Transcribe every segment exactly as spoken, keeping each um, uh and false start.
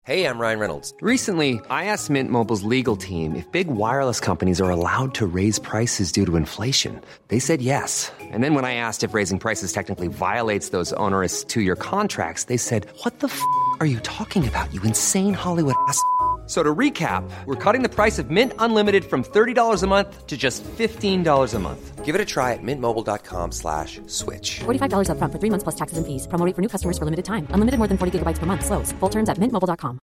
Hey, I'm Ryan Reynolds. Recently, I asked Mint Mobile's legal team if big wireless companies are allowed to raise prices due to inflation. They said yes. And then when I asked if raising prices technically violates those onerous two-year contracts, they said, what the f*** are you talking about, you insane Hollywood ass f- So to recap, we're cutting the price of Mint Unlimited from thirty dollars a month to just fifteen dollars a month. Give it a try at mintmobile.com slash switch. forty-five dollars up front for three months plus taxes and fees. Promo rate for new customers for limited time. Unlimited more than forty gigabytes per month. Slows full terms at mint mobile dot com.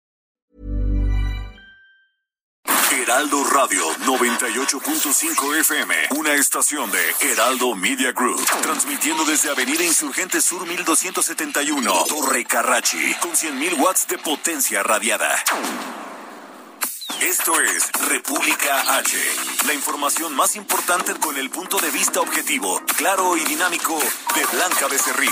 Heraldo Radio noventa y ocho punto cinco F M, una estación de Heraldo Media Group, transmitiendo desde Avenida Insurgente Sur mil doscientos setenta y uno, Torre Carrachi, con cien mil watts de potencia radiada. Esto es República H, la información más importante con el punto de vista objetivo, claro y dinámico de Blanca Becerril.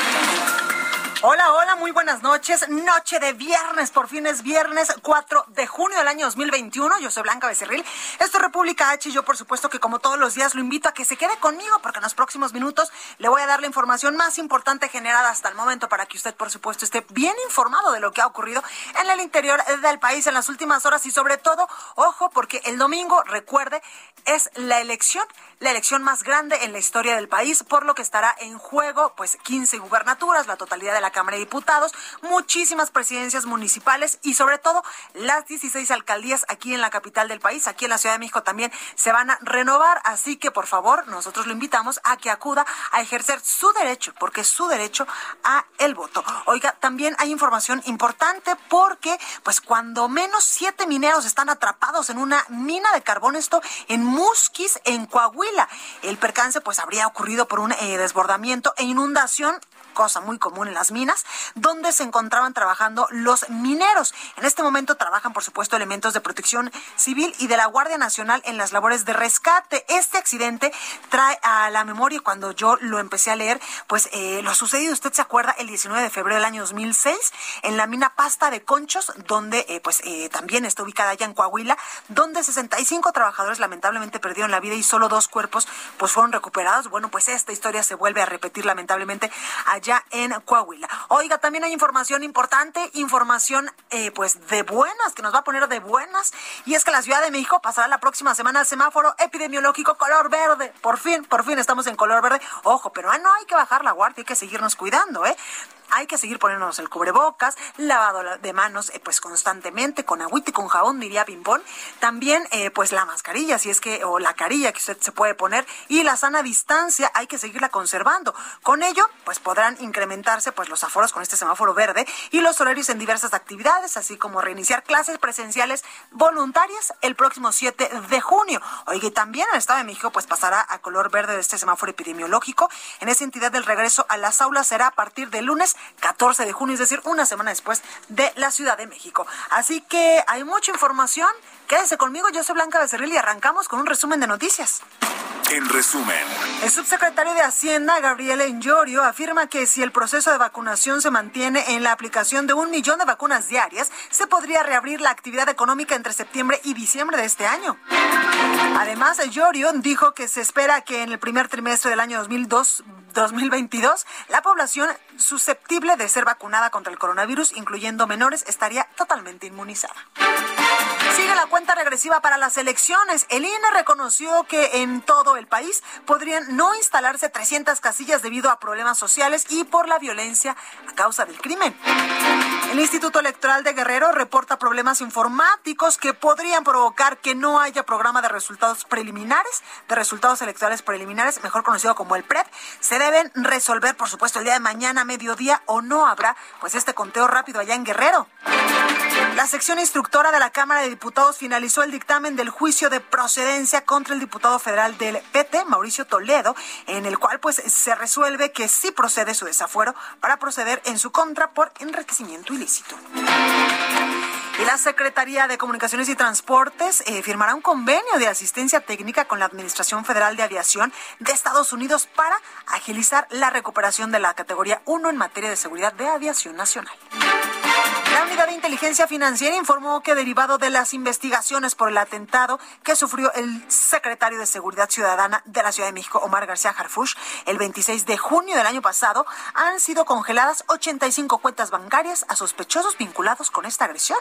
Hola, hola, muy buenas noches. Noche de viernes, por fin es viernes cuatro de junio del año dos mil veintiuno. Yo soy Blanca Becerril. Esto es República H y yo, por supuesto, que como todos los días lo invito a que se quede conmigo porque en los próximos minutos le voy a dar la información más importante generada hasta el momento para que usted, por supuesto, esté bien informado de lo que ha ocurrido en el interior del país en las últimas horas y sobre todo, ojo, porque el domingo, recuerde, es la elección, la elección más grande en la historia del país, por lo que estará en juego, pues, quince gubernaturas, la totalidad de la Cámara de Diputados, muchísimas presidencias municipales y sobre todo las dieciséis alcaldías aquí en la capital del país, aquí en la Ciudad de México también se van a renovar, así que por favor nosotros lo invitamos a que acuda a ejercer su derecho, porque es su derecho a el voto. Oiga, también hay información importante porque pues cuando menos siete mineros están atrapados en una mina de carbón, esto en Musquis, en Coahuila. El percance pues habría ocurrido por un eh, desbordamiento e inundación, cosa muy común en las minas, donde se encontraban trabajando los mineros. En este momento trabajan, por supuesto, elementos de protección civil y de la Guardia Nacional en las labores de rescate. Este accidente trae a la memoria, cuando yo lo empecé a leer, pues eh, lo sucedido, usted se acuerda, el diecinueve de febrero del año dos mil seis, en la mina Pasta de Conchos, donde eh, pues eh, también está ubicada allá en Coahuila, donde sesenta y cinco trabajadores lamentablemente perdieron la vida y solo dos cuerpos pues fueron recuperados. Bueno, pues esta historia se vuelve a repetir lamentablemente allá allá en Coahuila. Oiga, también hay información importante, información eh, pues de buenas, que nos va a poner de buenas, y es que la Ciudad de México pasará la próxima semana al semáforo epidemiológico color verde. Por fin, por fin estamos en color verde. Ojo, pero ah, no hay que bajar la guardia, hay que seguirnos cuidando, ¿eh? Hay que seguir poniéndonos el cubrebocas, lavado de manos eh, pues constantemente, con agüita y con jabón, diría Pimpón. También eh, pues la mascarilla, si es que, o la carilla que usted se puede poner, y la sana distancia hay que seguirla conservando. Con ello, pues podrán incrementarse pues los aforos con este semáforo verde y los horarios en diversas actividades, así como reiniciar clases presenciales voluntarias el próximo siete de junio. Oiga, y también el Estado de México pues pasará a color verde de este semáforo epidemiológico. En esa entidad el regreso a las aulas será a partir del lunes catorce de junio, es decir, una semana después de la Ciudad de México. Así que hay mucha información. Quédense conmigo, yo soy Blanca Becerril y arrancamos con un resumen de noticias. En resumen, el subsecretario de Hacienda, Gabriel Llorio, afirma que si el proceso de vacunación se mantiene en la aplicación de un millón de vacunas diarias, se podría reabrir la actividad económica entre septiembre y diciembre de este año. Además, Llorio dijo que se espera que en el primer trimestre del año dos mil dos, dos mil veintidós la población susceptible de ser vacunada contra el coronavirus, incluyendo menores, estaría totalmente inmunizada. Sigue la cuenta regresiva para las elecciones. El I N E reconoció que en todo el país podrían no instalarse trescientas casillas debido a problemas sociales y por la violencia a causa del crimen. El Instituto Electoral de Guerrero reporta problemas informáticos que podrían provocar que no haya programa de resultados preliminares, de resultados electorales preliminares, mejor conocido como el P R E P. Se deben resolver, por supuesto, el día de mañana a mediodía o no habrá pues este conteo rápido allá en Guerrero. La sección instructora de la Cámara de Diputados finalizó el dictamen del juicio de procedencia contra el diputado federal del P T, Mauricio Toledo, en el cual pues se resuelve que sí procede su desafuero para proceder en su contra por enriquecimiento ilícito. Y la Secretaría de Comunicaciones y Transportes eh, firmará un convenio de asistencia técnica con la Administración Federal de Aviación de Estados Unidos para agilizar la recuperación de la categoría uno en materia de seguridad de aviación nacional. La Unidad Inteligencia Financiera informó que derivado de las investigaciones por el atentado que sufrió el secretario de Seguridad Ciudadana de la Ciudad de México, Omar García Harfuch, el veintiséis de junio del año pasado, han sido congeladas ochenta y cinco cuentas bancarias a sospechosos vinculados con esta agresión.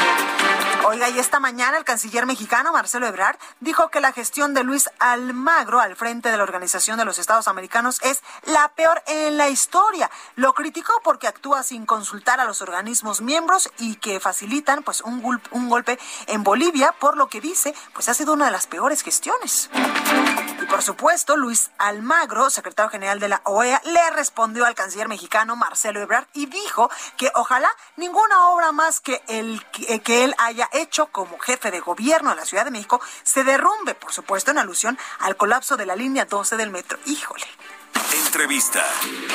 Oiga, y esta mañana el canciller mexicano, Marcelo Ebrard, dijo que la gestión de Luis Almagro al frente de la Organización de los Estados Americanos es la peor en la historia. Lo criticó porque actúa sin consultar a los organismos miembros y que facilitan pues un, gol- un golpe en Bolivia, por lo que dice, pues ha sido una de las peores gestiones. Y por supuesto, Luis Almagro, secretario general de la O E A, le respondió al canciller mexicano Marcelo Ebrard y dijo que ojalá ninguna obra más que, el, que, que él haya hecho como jefe de gobierno de la Ciudad de México se derrumbe, por supuesto en alusión al colapso de la línea doce del metro. Híjole. Entrevista.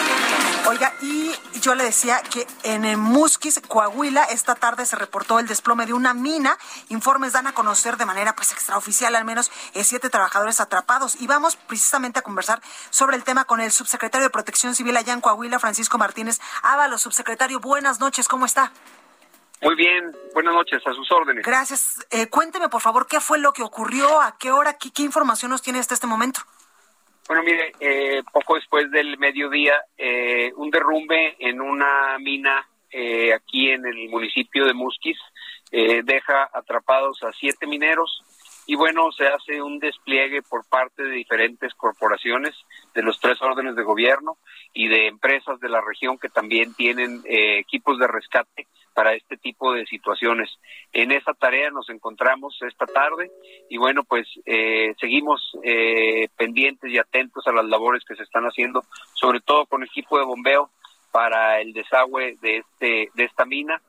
Oiga, y yo le decía que en el Musquis, Coahuila, esta tarde se reportó el desplome de una mina. Informes dan a conocer de manera pues extraoficial al menos eh, siete trabajadores atrapados. Y vamos precisamente a conversar sobre el tema con el subsecretario de Protección Civil allá en Coahuila, Francisco Martínez Ábalos. Subsecretario, buenas noches, ¿cómo está? Muy bien, buenas noches, a sus órdenes. Gracias. Eh, cuénteme, por favor, qué fue lo que ocurrió, a qué hora, qué, qué información nos tiene hasta este momento. Bueno, mire, eh, poco después del mediodía, eh, un derrumbe en una mina eh, aquí en el municipio de Musquis eh, deja atrapados a siete mineros y bueno, se hace un despliegue por parte de diferentes corporaciones de los tres órdenes de gobierno y de empresas de la región que también tienen eh, equipos de rescate para este tipo de situaciones. En esa tarea nos encontramos esta tarde y bueno, pues eh, seguimos eh, pendientes y atentos a las labores que se están haciendo, sobre todo con equipo de bombeo para el desagüe de este de esta mina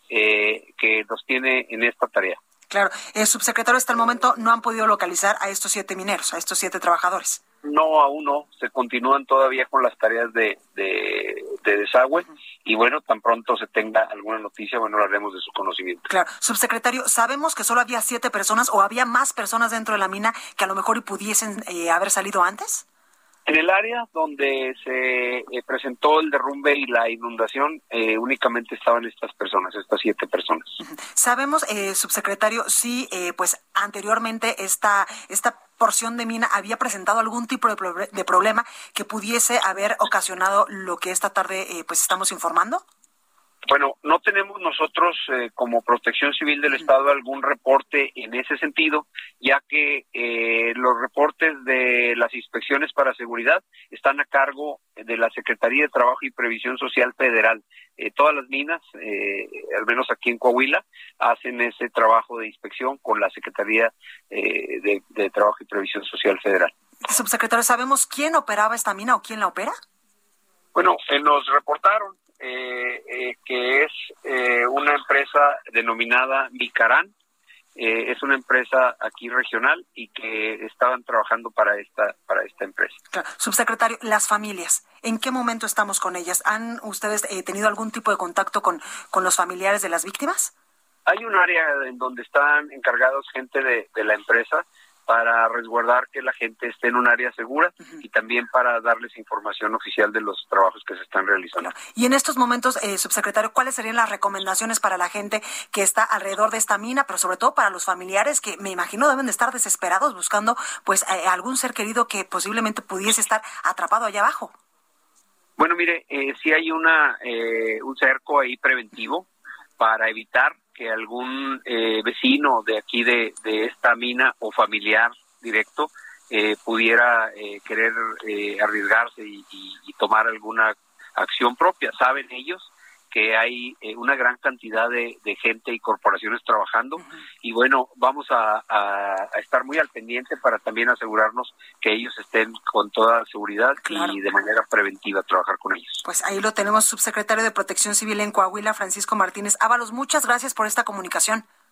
eh, que nos tiene en esta tarea. Claro, el subsecretario, hasta el momento no han podido localizar a estos siete mineros, a estos siete trabajadores. No, aún no, se continúan todavía con las tareas de, de, de desagüe y bueno, tan pronto se tenga alguna noticia, bueno, lo haremos de su conocimiento. Claro, subsecretario, sabemos que solo había siete personas o había más personas dentro de la mina que a lo mejor y pudiesen eh, haber salido antes. En el área donde se eh, presentó el derrumbe y la inundación, eh, únicamente estaban estas personas, estas siete personas. Uh-huh. Sabemos, eh, subsecretario, si eh, pues anteriormente esta esta porción de mina había presentado algún tipo de, pro- de problema que pudiese haber ocasionado lo que esta tarde eh, pues estamos informando. Bueno, no tenemos nosotros eh, como Protección Civil del Estado algún reporte en ese sentido, ya que eh, los reportes de las inspecciones para seguridad están a cargo de la Secretaría de Trabajo y Previsión Social Federal. Eh, todas las minas, eh, al menos aquí en Coahuila, hacen ese trabajo de inspección con la Secretaría eh, de, de Trabajo y Previsión Social Federal. Subsecretario, ¿sabemos quién operaba esta mina o quién la opera? Bueno, eh, nos reportaron Eh, eh, que es eh, una empresa denominada Micarán, eh, es una empresa aquí regional y que estaban trabajando para esta para esta empresa. Claro. Subsecretario, las familias, ¿en qué momento estamos con ellas? ¿Han ustedes eh, tenido algún tipo de contacto con, con los familiares de las víctimas? Hay un área en donde están encargados gente de, de la empresa para resguardar que la gente esté en un área segura uh-huh. y también para darles información oficial de los trabajos que se están realizando. Claro. Y en estos momentos, eh, subsecretario, ¿cuáles serían las recomendaciones para la gente que está alrededor de esta mina, pero sobre todo para los familiares que me imagino deben de estar desesperados buscando pues eh, algún ser querido que posiblemente pudiese estar atrapado allá abajo? Bueno, mire, eh, sí hay una eh, un cerco ahí preventivo para evitar que algún eh, vecino de aquí de, de esta mina o familiar directo eh, pudiera eh, querer eh, arriesgarse y, y, y tomar alguna acción propia. Saben ellos que hay eh, una gran cantidad de, de gente y corporaciones trabajando uh-huh. y bueno, vamos a, a, a estar muy al pendiente para también asegurarnos que ellos estén con toda seguridad claro. y de manera preventiva trabajar con ellos. Pues ahí lo tenemos, subsecretario de Protección Civil en Coahuila, Francisco Martínez Ábalos. Muchas gracias por esta comunicación.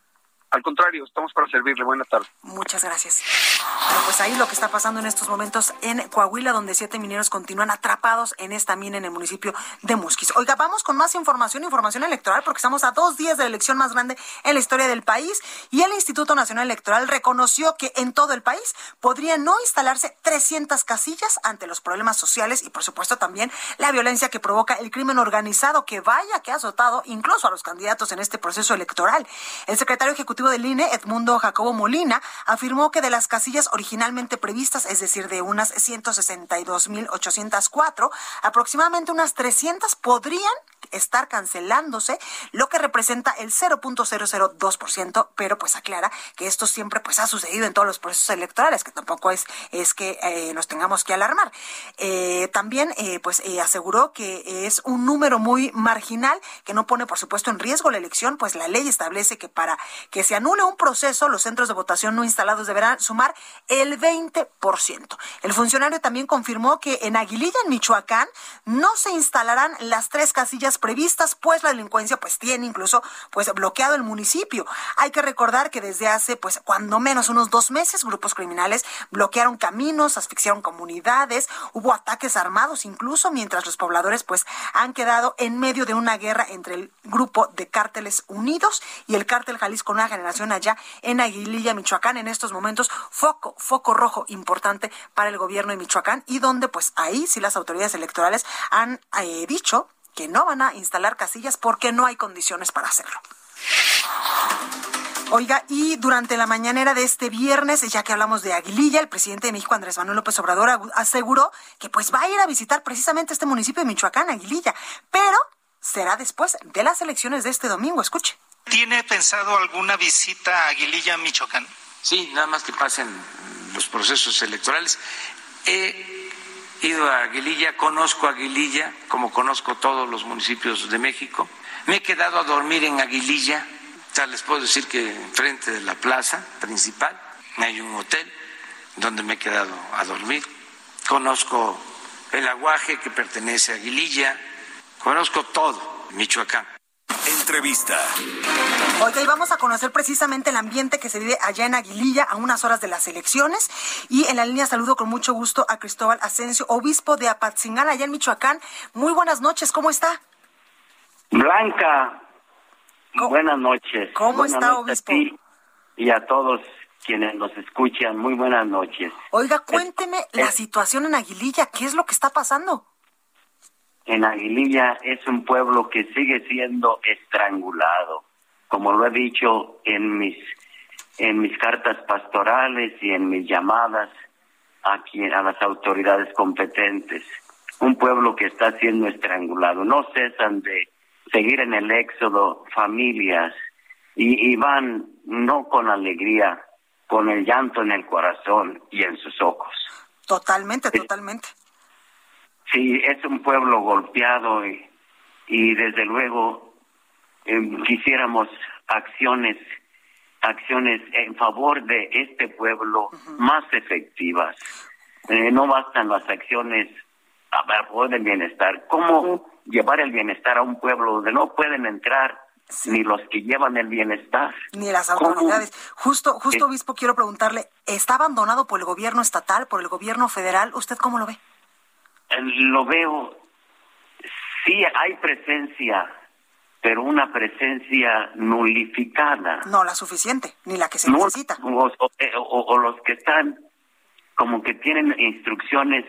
Al contrario, estamos para servirle. Buenas tardes. Muchas gracias. Bueno, pues ahí lo que está pasando en estos momentos en Coahuila, donde siete mineros continúan atrapados en esta mina en el municipio de Musquis. Oiga, vamos con más información, información electoral, porque estamos a dos días de la elección más grande en la historia del país, y el Instituto Nacional Electoral reconoció que en todo el país podrían no instalarse trescientas casillas ante los problemas sociales y, por supuesto, también la violencia que provoca el crimen organizado, que vaya que ha azotado incluso a los candidatos en este proceso electoral. El secretario ejecutivo del I N E, Edmundo Jacobo Molina, afirmó que de las casillas originalmente previstas, es decir, de unas ciento sesenta y dos mil ochocientas cuatro, aproximadamente unas trescientas podrían estar cancelándose, lo que representa el cero punto cero cero dos por ciento, pero pues aclara que esto siempre pues ha sucedido en todos los procesos electorales, que tampoco es, es que eh, nos tengamos que alarmar. Eh, también eh, pues eh, aseguró que es un número muy marginal, que no pone por supuesto en riesgo la elección, pues la ley establece que para que se anule un proceso, los centros de votación no instalados deberán sumar el veinte por ciento. El funcionario también confirmó que en Aguililla, en Michoacán, no se instalarán las tres casillas previstas, pues la delincuencia pues tiene incluso pues bloqueado el municipio. Hay que recordar que desde hace pues cuando menos unos dos meses grupos criminales bloquearon caminos, asfixiaron comunidades, hubo ataques armados incluso, mientras los pobladores pues han quedado en medio de una guerra entre el grupo de Cárteles Unidos y el Cártel Jalisco Nueva Generación allá en Aguililla, Michoacán. En estos momentos foco, foco rojo importante para el gobierno de Michoacán, y donde pues ahí sí las autoridades electorales han eh, dicho que no van a instalar casillas porque no hay condiciones para hacerlo. Oiga, y durante la mañanera de este viernes, ya que hablamos de Aguililla, el presidente de México, Andrés Manuel López Obrador, aseguró que pues va a ir a visitar precisamente este municipio de Michoacán, Aguililla, pero será después de las elecciones de este domingo. Escuche. ¿Tiene pensado alguna visita a Aguililla, Michoacán? Sí, nada más que pasen los procesos electorales. He ido a Aguililla, conozco Aguililla, como conozco todos los municipios de México. Me he quedado a dormir en Aguililla. O sea, les puedo decir que enfrente de la plaza principal hay un hotel donde me he quedado a dormir. Conozco el aguaje que pertenece a Aguililla. Conozco todo Michoacán. Entrevista. Oiga, y vamos a conocer precisamente el ambiente que se vive allá en Aguililla a unas horas de las elecciones. Y en la línea saludo con mucho gusto a Cristóbal Asensio, obispo de Apatzingán, allá en Michoacán. Muy buenas noches, ¿cómo está? Blanca, ¿Cómo? buenas noches. ¿Cómo buenas está, noches obispo? A ti y a todos quienes nos escuchan, muy buenas noches. Oiga, cuénteme es, la es, situación en Aguililla, ¿qué es lo que está pasando? En Aguililla es un pueblo que sigue siendo estrangulado, como lo he dicho en mis en mis cartas pastorales y en mis llamadas a, quien, a las autoridades competentes. Un pueblo que está siendo estrangulado. No cesan de seguir en el éxodo familias y, y van no con alegría, con el llanto en el corazón y en sus ojos. Totalmente, es, totalmente. Sí, es un pueblo golpeado y, y desde luego eh, quisiéramos acciones acciones en favor de este pueblo uh-huh. más efectivas. Eh, no bastan las acciones a favor del bienestar. ¿Cómo uh-huh. llevar el bienestar a un pueblo donde no pueden entrar sí. ni los que llevan el bienestar? Ni las autoridades. ¿Cómo? Justo, justo, obispo, quiero preguntarle, ¿está abandonado por el gobierno estatal, por el gobierno federal? ¿Usted cómo lo ve? Lo veo, sí hay presencia, pero una presencia nulificada. No la suficiente, ni la que se no, necesita. O, o, o, o los que están como que tienen instrucciones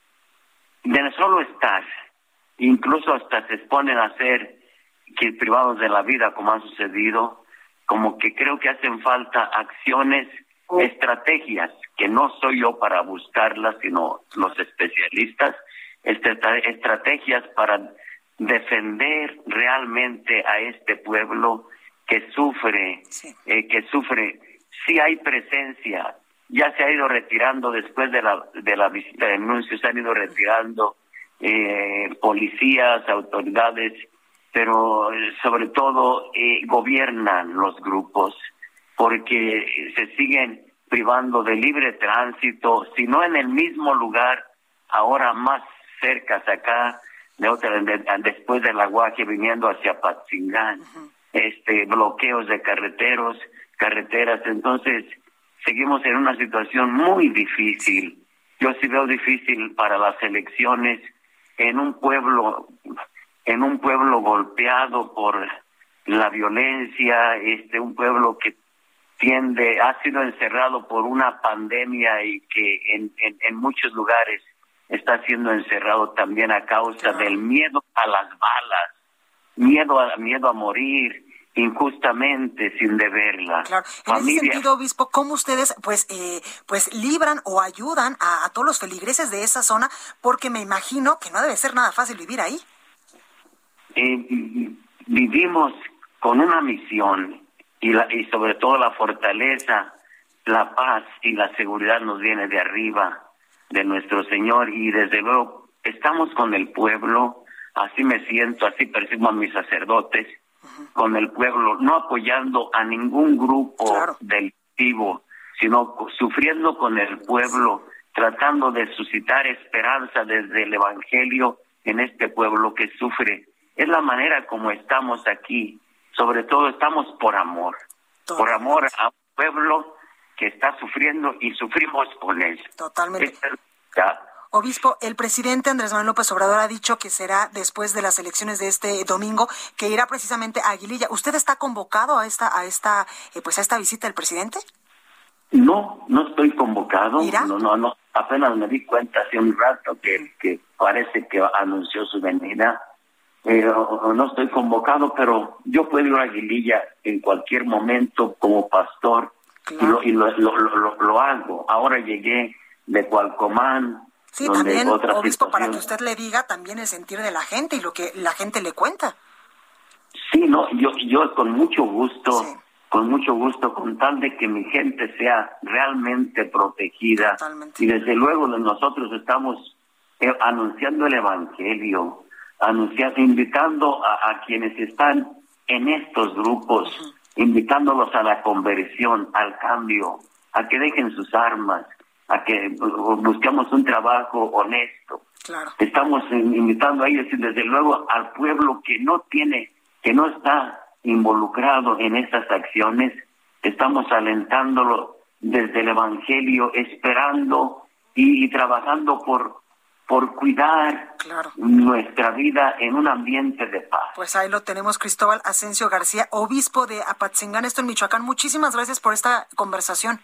de solo estar, incluso hasta se exponen a ser que privados de la vida, como ha sucedido, como que creo que hacen falta acciones, oh. estrategias, que no soy yo para buscarlas, sino los especialistas, estrategias para defender realmente a este pueblo que sufre, sí. eh, que sufre. Sí hay presencia, ya se ha ido retirando después de la de la visita de anuncio, se han ido retirando eh, policías, autoridades, pero eh, sobre todo eh, gobiernan los grupos, porque se siguen privando de libre tránsito, si no en el mismo lugar, ahora más cerca acá, de otra, de, después del aguaje viniendo hacia Apatzingán, uh-huh. este bloqueos de carreteros, carreteras. Entonces, seguimos en una situación muy difícil. Yo sí veo difícil para las elecciones en un pueblo, en un pueblo golpeado por la violencia, este, un pueblo que tiende, ha sido encerrado por una pandemia y que en, en, en muchos lugares está siendo encerrado también a causa del miedo a las balas, miedo a, miedo a morir injustamente sin deberla. Claro. En Familia. ese sentido, obispo, ¿cómo ustedes pues eh, pues libran o ayudan a, a todos los feligreses de esa zona? Porque me imagino que no debe ser nada fácil vivir ahí. Eh, vivimos con una misión y, la, y sobre todo la fortaleza, la paz y la seguridad nos viene de arriba, de nuestro Señor, y desde luego estamos con el pueblo, así me siento, así percibo a mis sacerdotes, uh-huh. con el pueblo, no apoyando a ningún grupo claro. delictivo, sino sufriendo con el pueblo, tratando de suscitar esperanza desde el Evangelio en este pueblo que sufre. Es la manera como estamos aquí, sobre todo estamos por amor, Totalmente. por amor a un pueblo que está sufriendo y sufrimos con él. Totalmente. Obispo, el presidente Andrés Manuel López Obrador ha dicho que será después de las elecciones de este domingo, que irá precisamente a Aguililla. ¿Usted está convocado a esta a esta eh, pues a esta visita del presidente? No, no estoy convocado. ¿Irá? No, no, no. Apenas me di cuenta hace un rato que, uh-huh. que parece que anunció su venida. Pero no estoy convocado, pero yo puedo ir a Aguililla en cualquier momento como pastor. Claro. Y, lo, y lo, lo, lo, lo hago. Ahora llegué de Cualcomán. Sí, también, obispo, situación. Para que usted le diga también el sentir de la gente y lo que la gente le cuenta. Sí, no, yo yo con mucho gusto, sí. con mucho gusto, con tal de que mi gente sea realmente protegida. Totalmente. Y desde luego nosotros estamos eh, anunciando el Evangelio, anunciando, invitando a, a quienes están en estos grupos, uh-huh. invitándolos a la conversión, al cambio, a que dejen sus armas, a que busquemos un trabajo honesto. Claro. Estamos invitando a ellos y desde luego al pueblo que no tiene, que no está involucrado en estas acciones, estamos alentándolo desde el Evangelio, esperando y, y trabajando por por cuidar claro. nuestra vida en un ambiente de paz. Pues ahí lo tenemos, Cristóbal Asensio García, obispo de Apatzingán, esto en Michoacán. Muchísimas gracias por esta conversación.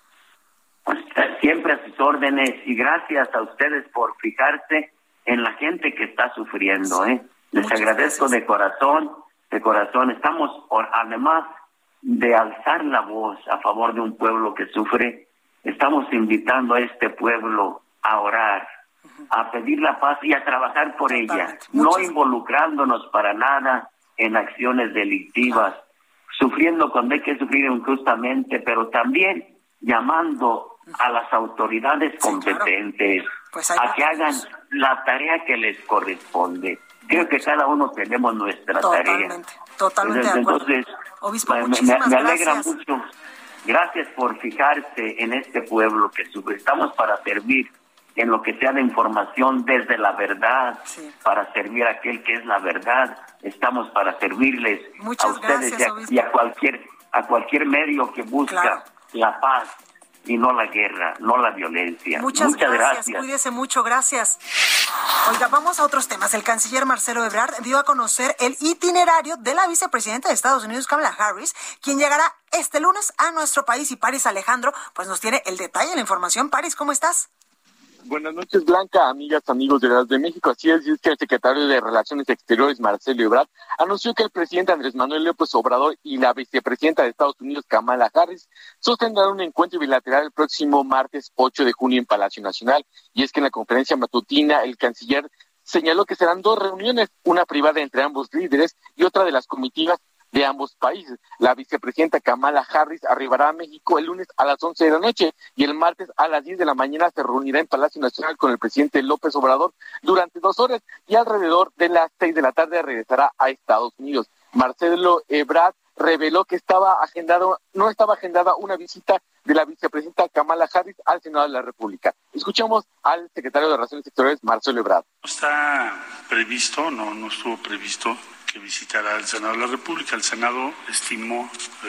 Pues, siempre a sus órdenes y gracias a ustedes por fijarse en la gente que está sufriendo. Sí. ¿eh? Les Muchas agradezco gracias. de corazón, de corazón. Estamos, además de alzar la voz a favor de un pueblo que sufre, estamos invitando a este pueblo a orar, a pedir la paz y a trabajar por Totalmente. ella, Muchas... no involucrándonos para nada en acciones delictivas, claro. sufriendo cuando hay que sufrir injustamente, pero también llamando a las autoridades sí, competentes claro. pues a que hagan la tarea que les corresponde. Creo que cada uno tenemos nuestra Totalmente. tarea. Totalmente de acuerdo. Entonces, Obispo, me, muchísimas me alegra gracias. mucho. Gracias por fijarse en este pueblo que sufre. Estamos para servir en lo que sea de información desde la verdad, sí. para servir a aquel que es la verdad. Estamos para servirles Muchas a ustedes gracias, y, a, y a cualquier a cualquier medio que busca claro. la paz y no la guerra, no la violencia. Muchas, Muchas gracias. gracias. Cuídese mucho, gracias. Oiga, vamos a otros temas. El canciller Marcelo Ebrard dio a conocer el itinerario de la vicepresidenta de Estados Unidos, Kamala Harris, quien llegará este lunes a nuestro país. Y Paris Alejandro, pues nos tiene el detalle, la información. Paris, ¿cómo estás? Buenas noches, Blanca, amigas, amigos de Heraldo de México. Así es, es que el secretario de Relaciones Exteriores, Marcelo Ebrard, anunció que el presidente Andrés Manuel López Obrador y la vicepresidenta de Estados Unidos, Kamala Harris, sostendrán un encuentro bilateral el próximo martes ocho de junio en Palacio Nacional. Y es que en la conferencia matutina, el canciller señaló que serán dos reuniones, una privada entre ambos líderes y otra de las comitivas de ambos países. La vicepresidenta Kamala Harris arribará a México el lunes a las once de la noche y el martes a las diez de la mañana se reunirá en Palacio Nacional con el presidente López Obrador durante dos horas y alrededor de las seis de la tarde regresará a Estados Unidos. Marcelo Ebrard reveló que estaba agendado, no estaba agendada una visita de la vicepresidenta Kamala Harris al Senado de la República. Escuchamos al secretario de Relaciones Exteriores, Marcelo Ebrard. No está previsto, no, no estuvo previsto que visitara el Senado de la República. El Senado estimó, eh,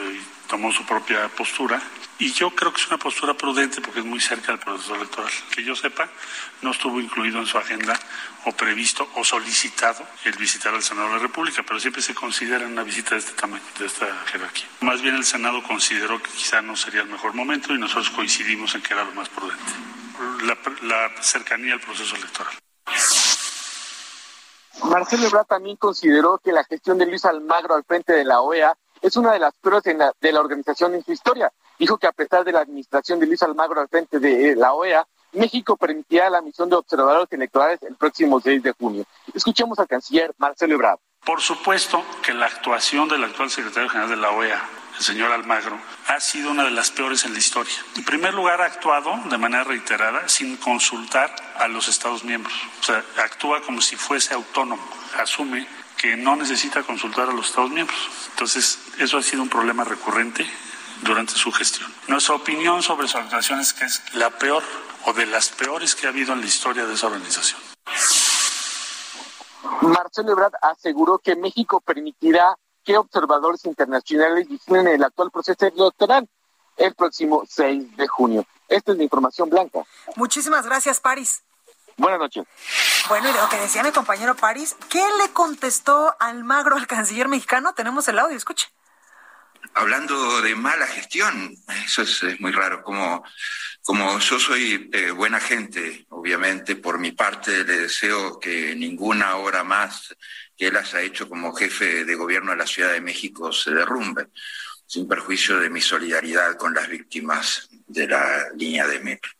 tomó su propia postura. Y yo creo que es una postura prudente porque es muy cerca del proceso electoral. Que yo sepa, no estuvo incluido en su agenda o previsto o solicitado el visitar al Senado de la República, pero siempre se considera una visita de este tamaño, de esta jerarquía. Más bien el Senado consideró que quizá no sería el mejor momento y nosotros coincidimos en que era lo más prudente. La, la cercanía al proceso electoral. Marcelo Ebrard también consideró que la gestión de Luis Almagro al frente de la O E A es una de las peores en la, de la organización en su historia. Dijo que a pesar de la administración de Luis Almagro al frente de la O E A, México permitirá la misión de observadores electorales el próximo seis de junio. Escuchemos al canciller Marcelo Ebrard. Por supuesto que la actuación del actual secretario general de la O E A, el señor Almagro, ha sido una de las peores en la historia. En primer lugar, ha actuado de manera reiterada sin consultar a los Estados miembros. O sea, actúa como si fuese autónomo. Asume que no necesita consultar a los Estados miembros. Entonces, eso ha sido un problema recurrente durante su gestión. Nuestra opinión sobre su actuación es que es la peor o de las peores que ha habido en la historia de esa organización. Marcelo Ebrard aseguró que México permitirá que observadores internacionales vigilen el actual proceso electoral el próximo seis de junio. Esta es la información, Blanca. Muchísimas gracias, París. Buenas noches. Bueno, y de lo que decía mi compañero París, ¿qué le contestó Almagro al canciller mexicano? Tenemos el audio, escuche. Hablando de mala gestión, eso es, es muy raro. Como, como yo soy eh, buena gente, obviamente, por mi parte le deseo que ninguna obra más que él haya hecho como jefe de gobierno de la Ciudad de México se derrumbe, sin perjuicio de mi solidaridad con las víctimas de la línea de metro.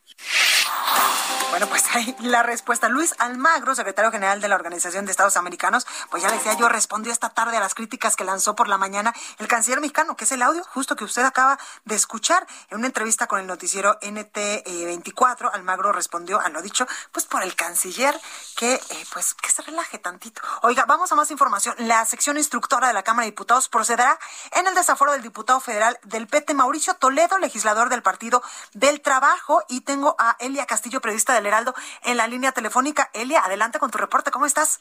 Bueno, pues ahí la respuesta. Luis Almagro, secretario general de la Organización de Estados Americanos, pues ya decía yo, respondió esta tarde a las críticas que lanzó por la mañana el canciller mexicano, que es el audio justo que usted acaba de escuchar. En una entrevista con el noticiero N T veinticuatro, Almagro respondió a lo dicho pues por el canciller, que eh, pues que se relaje tantito. Oiga, vamos a más información. La sección instructora de la Cámara de Diputados procederá en el desaforo del diputado federal del P T, Mauricio Toledo, legislador del Partido del Trabajo, y tengo a Elia Castillo, periodista del Heraldo, en la línea telefónica. Elia, adelante con tu reporte, ¿cómo estás?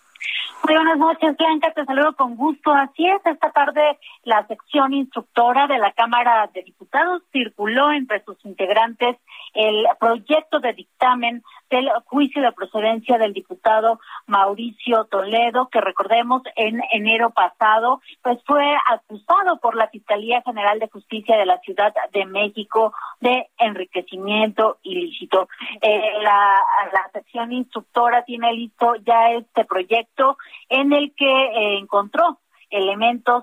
Muy buenas noches, Blanca, te saludo con gusto. Así es, esta tarde la sección instructora de la Cámara de Diputados circuló entre sus integrantes el proyecto de dictamen del juicio de procedencia del diputado Mauricio Toledo, que recordemos en enero pasado pues fue acusado por la Fiscalía General de Justicia de la Ciudad de México de enriquecimiento ilícito. Eh, la, la sección instructora tiene listo ya este proyecto en el que eh, encontró elementos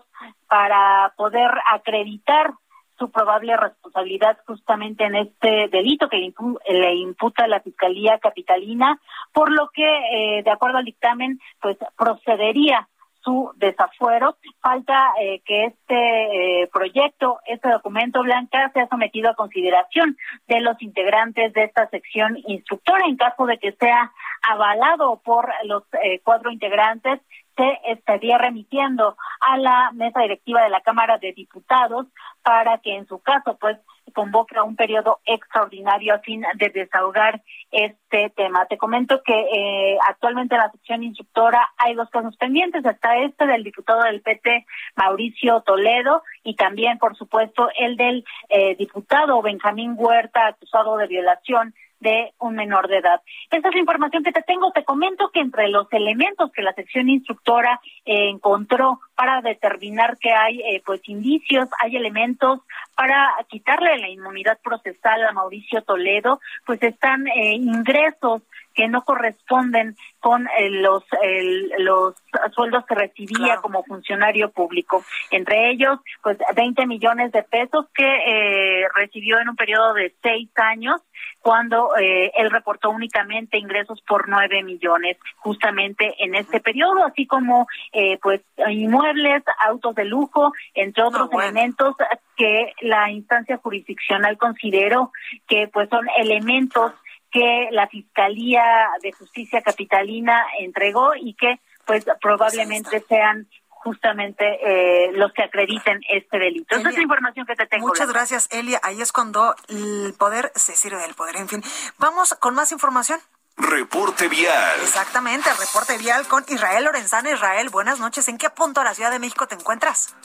para poder acreditar su probable responsabilidad justamente en este delito que le, impu- le imputa la Fiscalía Capitalina, por lo que, eh, de acuerdo al dictamen, pues procedería su desafuero. Falta eh, que este eh, proyecto, este documento, Blanca, sea sometido a consideración de los integrantes de esta sección instructora. En caso de que sea avalado por los eh, cuatro integrantes, se estaría remitiendo a la mesa directiva de la Cámara de Diputados para que en su caso pues convoque a un periodo extraordinario a fin de desahogar este tema. Te comento que eh, actualmente en la sección instructora hay dos casos pendientes, está este del diputado del P T, Mauricio Toledo, y también, por supuesto, el del eh, diputado Benjamín Huerta, acusado de violación de un menor de edad. Esta es la información que te tengo. Te comento que entre los elementos que la sección instructora eh, encontró para determinar que hay eh, pues indicios, hay elementos para quitarle la inmunidad procesal a Mauricio Toledo, pues están eh, ingresos que no corresponden con eh, los el, los sueldos que recibía claro. como funcionario público. Entre ellos, pues veinte millones de pesos que eh, recibió en un periodo de seis años, cuando eh, él reportó únicamente ingresos por nueve millones, justamente en este periodo, así como eh, pues inmuebles, autos de lujo, entre otros oh, bueno. elementos que la instancia jurisdiccional consideró que pues son elementos que la Fiscalía de Justicia Capitalina entregó y que pues probablemente sean justamente eh, los que acrediten este delito. Esa es la información que te tengo. Muchas Blanca. Gracias, Elia. Ahí es cuando el poder se sirve del poder. En fin, vamos con más información. Reporte vial. Exactamente, el reporte vial con Israel Lorenzana. Israel, buenas noches. ¿En qué punto de la Ciudad de México te encuentras?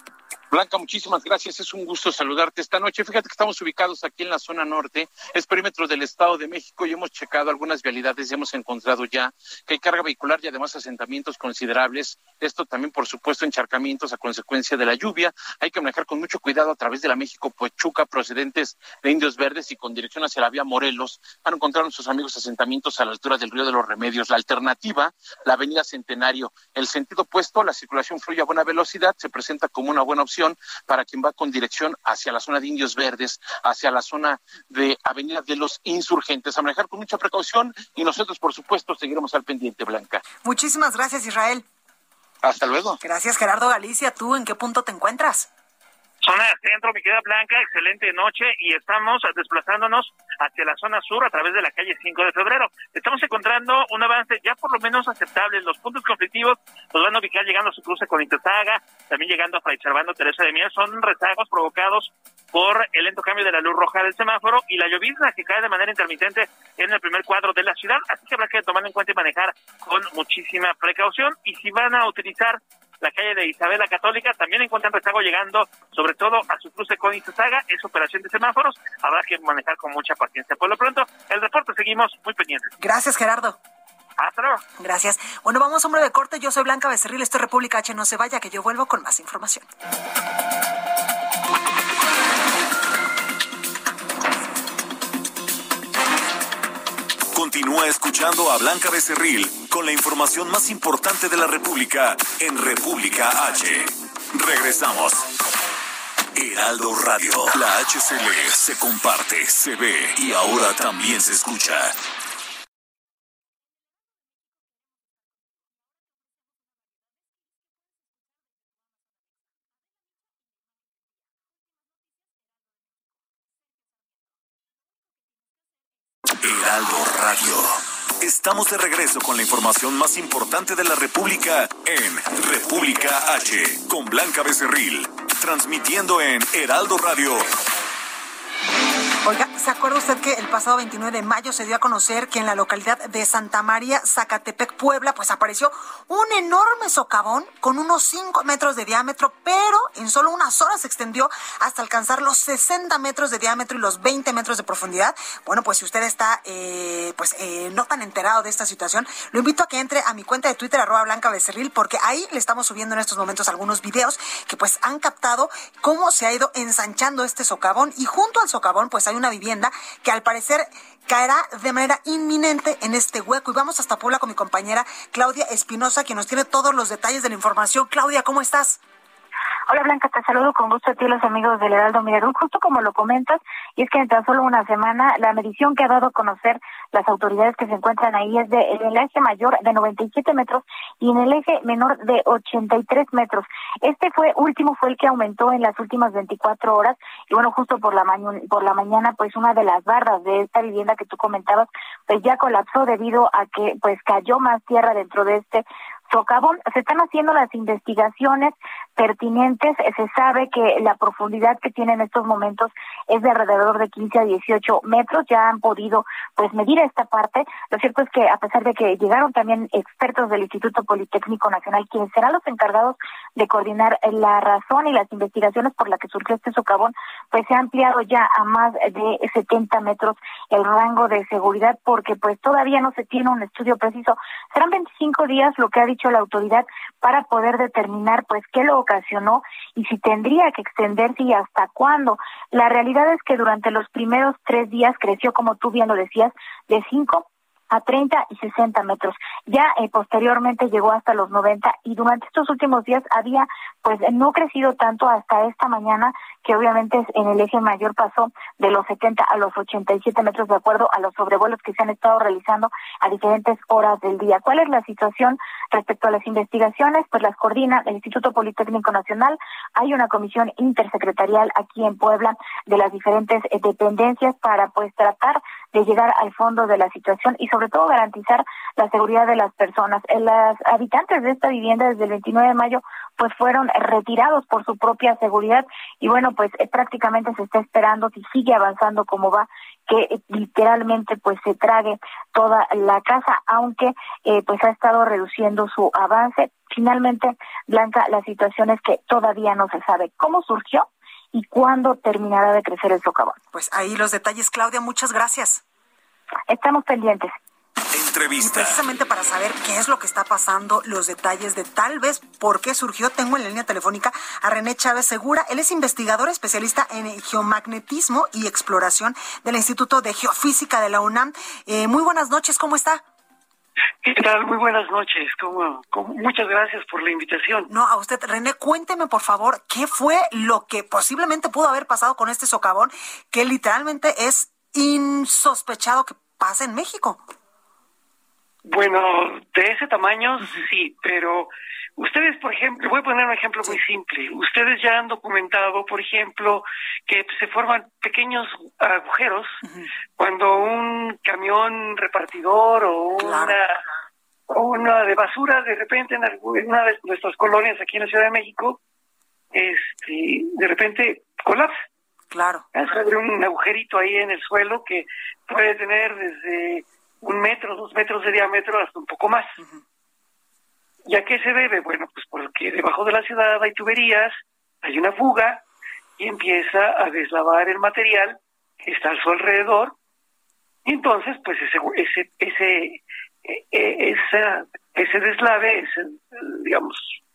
Blanca, muchísimas gracias. Es un gusto saludarte esta noche. Fíjate que estamos ubicados aquí en la zona norte, es perímetro del Estado de México y hemos checado algunas vialidades y hemos encontrado ya que hay carga vehicular y además asentamientos considerables. Esto también, por supuesto, encharcamientos a consecuencia de la lluvia. Hay que manejar con mucho cuidado a través de la México-Pachuca, procedentes de Indios Verdes y con dirección hacia la vía Morelos. Han encontrado nuestros amigos asentamientos a la altura del Río de los Remedios. La alternativa, la avenida Centenario. El sentido opuesto, la circulación fluye a buena velocidad, se presenta como una buena opción para quien va con dirección hacia la zona de Indios Verdes, hacia la zona de Avenida de los Insurgentes. A manejar con mucha precaución y nosotros, por supuesto, seguiremos al pendiente, Blanca. Muchísimas gracias, Israel. Hasta luego. Gracias, Gerardo Galicia. ¿Tú en qué punto te encuentras? Zona centro, mi querida Blanca, excelente noche y estamos desplazándonos hacia la zona sur a través de la calle cinco de febrero. Estamos encontrando un avance ya por lo menos aceptable. Los puntos conflictivos los van a ubicar llegando a su cruce con Itesaga, también llegando a Fray Servando Teresa de Mier. Son rezagos provocados por el lento cambio de la luz roja del semáforo y la llovizna que cae de manera intermitente en el primer cuadro de la ciudad. Así que habrá que tomar en cuenta y manejar con muchísima precaución. Y si van a utilizar la calle de Isabel la Católica, también encuentran rezago llegando sobre todo a su cruce con Itesaga. Es operación de semáforos, habrá que manejar con mucha paciencia. Por lo pronto, el reporte seguimos muy pendientes. Gracias, Gerardo. Hasta luego. Gracias. Bueno, vamos a un breve corte. Yo soy Blanca Becerril, esto es República H. No se vaya, que yo vuelvo con más información. Continúa escuchando a Blanca Becerril con la información más importante de la República en República H. Regresamos. Heraldo Radio. La H C L se comparte, se ve y ahora también se escucha. Heraldo Radio. Estamos de regreso con la información más importante de la República en República H, con Blanca Becerril, transmitiendo en Heraldo Radio. Oiga, ¿se acuerda usted que el pasado veintinueve de mayo se dio a conocer que en la localidad de Santa María, Zacatepec, Puebla, pues apareció un enorme socavón con unos cinco metros de diámetro, pero en solo unas horas se extendió hasta alcanzar los sesenta metros de diámetro y los veinte metros de profundidad? Bueno, pues si usted está eh, pues eh, no tan enterado de esta situación, lo invito a que entre a mi cuenta de Twitter, arroba Blanca Becerril, porque ahí le estamos subiendo en estos momentos algunos videos que pues han captado cómo se ha ido ensanchando este socavón, y junto al socavón pues hay una vivienda que al parecer caerá de manera inminente en este hueco. Y vamos hasta Puebla con mi compañera Claudia Espinosa, que nos tiene todos los detalles de la información. Claudia, ¿cómo estás? Hola Blanca, te saludo con gusto a ti y los amigos del Heraldo Media Group. Justo como lo comentas, y es que en tan solo una semana la medición que ha dado a conocer las autoridades que se encuentran ahí es de en el eje mayor de noventa y siete metros y en el eje menor de ochenta y tres metros. Este fue último fue el que aumentó en las últimas veinticuatro horas y bueno, justo por la mañana por la mañana pues una de las bardas de esta vivienda que tú comentabas pues ya colapsó debido a que pues cayó más tierra dentro de este socavón. Se están haciendo las investigaciones pertinentes. Se sabe que la profundidad que tiene en estos momentos es de alrededor de quince a dieciocho metros. Ya han podido pues medir esta parte. Lo cierto es que a pesar de que llegaron también expertos del Instituto Politécnico Nacional, quienes serán los encargados de coordinar la razón y las investigaciones por la que surgió este socavón, pues se ha ampliado ya a más de setenta metros el rango de seguridad, porque pues todavía no se tiene un estudio preciso. Serán veinticinco días, lo que ha dicho la autoridad, para poder determinar pues qué lo ocasionó y si tendría que extenderse y hasta cuándo. La realidad es que durante los primeros tres días creció, como tú bien lo decías, de cinco a treinta y sesenta metros. Ya eh, posteriormente llegó hasta los noventa y durante estos últimos días había pues no crecido tanto hasta esta mañana, que obviamente en el eje mayor pasó de los setenta a los ochenta y siete metros de acuerdo a los sobrevuelos que se han estado realizando a diferentes horas del día. ¿Cuál es la situación respecto a las investigaciones? Pues las coordina el Instituto Politécnico Nacional. Hay una comisión intersecretarial aquí en Puebla de las diferentes eh, dependencias para pues tratar de llegar al fondo de la situación y sobre todo garantizar la seguridad de las personas. Los habitantes de esta vivienda desde el veintinueve de mayo pues fueron retirados por su propia seguridad y bueno, pues eh, prácticamente se está esperando, si sigue avanzando como va, que eh, literalmente pues se trague toda la casa, aunque eh, pues ha estado reduciendo su avance. Finalmente, Blanca, la situación es que todavía no se sabe cómo surgió y cuándo terminará de crecer el socavón. Pues ahí los detalles, Claudia, muchas gracias. Estamos pendientes. Entrevista. Y precisamente para saber qué es lo que está pasando, los detalles de tal vez por qué surgió, tengo en la línea telefónica a René Chávez Segura. Él es investigador especialista en geomagnetismo y exploración del Instituto de Geofísica de la UNAM. Eh, muy buenas noches, ¿cómo está? ¿Qué tal? Muy buenas noches. ¿Cómo, cómo? Muchas gracias por la invitación. No, a usted, René, cuénteme por favor, ¿qué fue lo que posiblemente pudo haber pasado con este socavón que literalmente es insospechado que pase en México? Bueno, de ese tamaño, uh-huh. sí, pero ustedes, por ejemplo, voy a poner un ejemplo sí. muy simple. Ustedes ya han documentado, por ejemplo, que se forman pequeños agujeros uh-huh. cuando un camión repartidor o claro. una o una de basura de repente en, en una de nuestras colonias aquí en la Ciudad de México, este, de repente colapsa. Claro. Se abre un agujerito ahí en el suelo que puede tener desde un metro, dos metros de diámetro hasta un poco más. Uh-huh. ¿Y a qué se debe? Bueno, pues porque debajo de la ciudad hay tuberías, hay una fuga y empieza a deslavar el material que está a su alrededor y entonces pues ese ese ese ese, ese deslave, ese, digamos,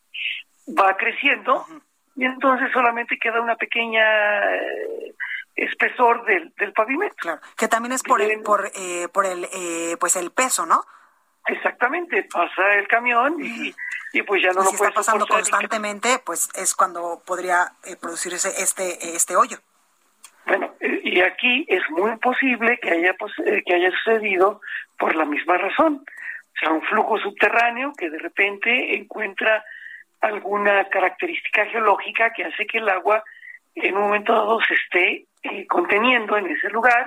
va creciendo uh-huh. y entonces solamente queda una pequeña eh, espesor del, del pavimento. Claro, que también es por el por eh, por el eh, pues el peso, ¿no? Exactamente, pasa el camión uh-huh. y, y pues ya no y lo si puede está pasando soportar constantemente, pues es cuando podría eh, producirse este este hoyo. Bueno, y aquí es muy posible que haya que haya sucedido por la misma razón, o sea, un flujo subterráneo que de repente encuentra alguna característica geológica que hace que el agua en un momento dado se esté eh, conteniendo en ese lugar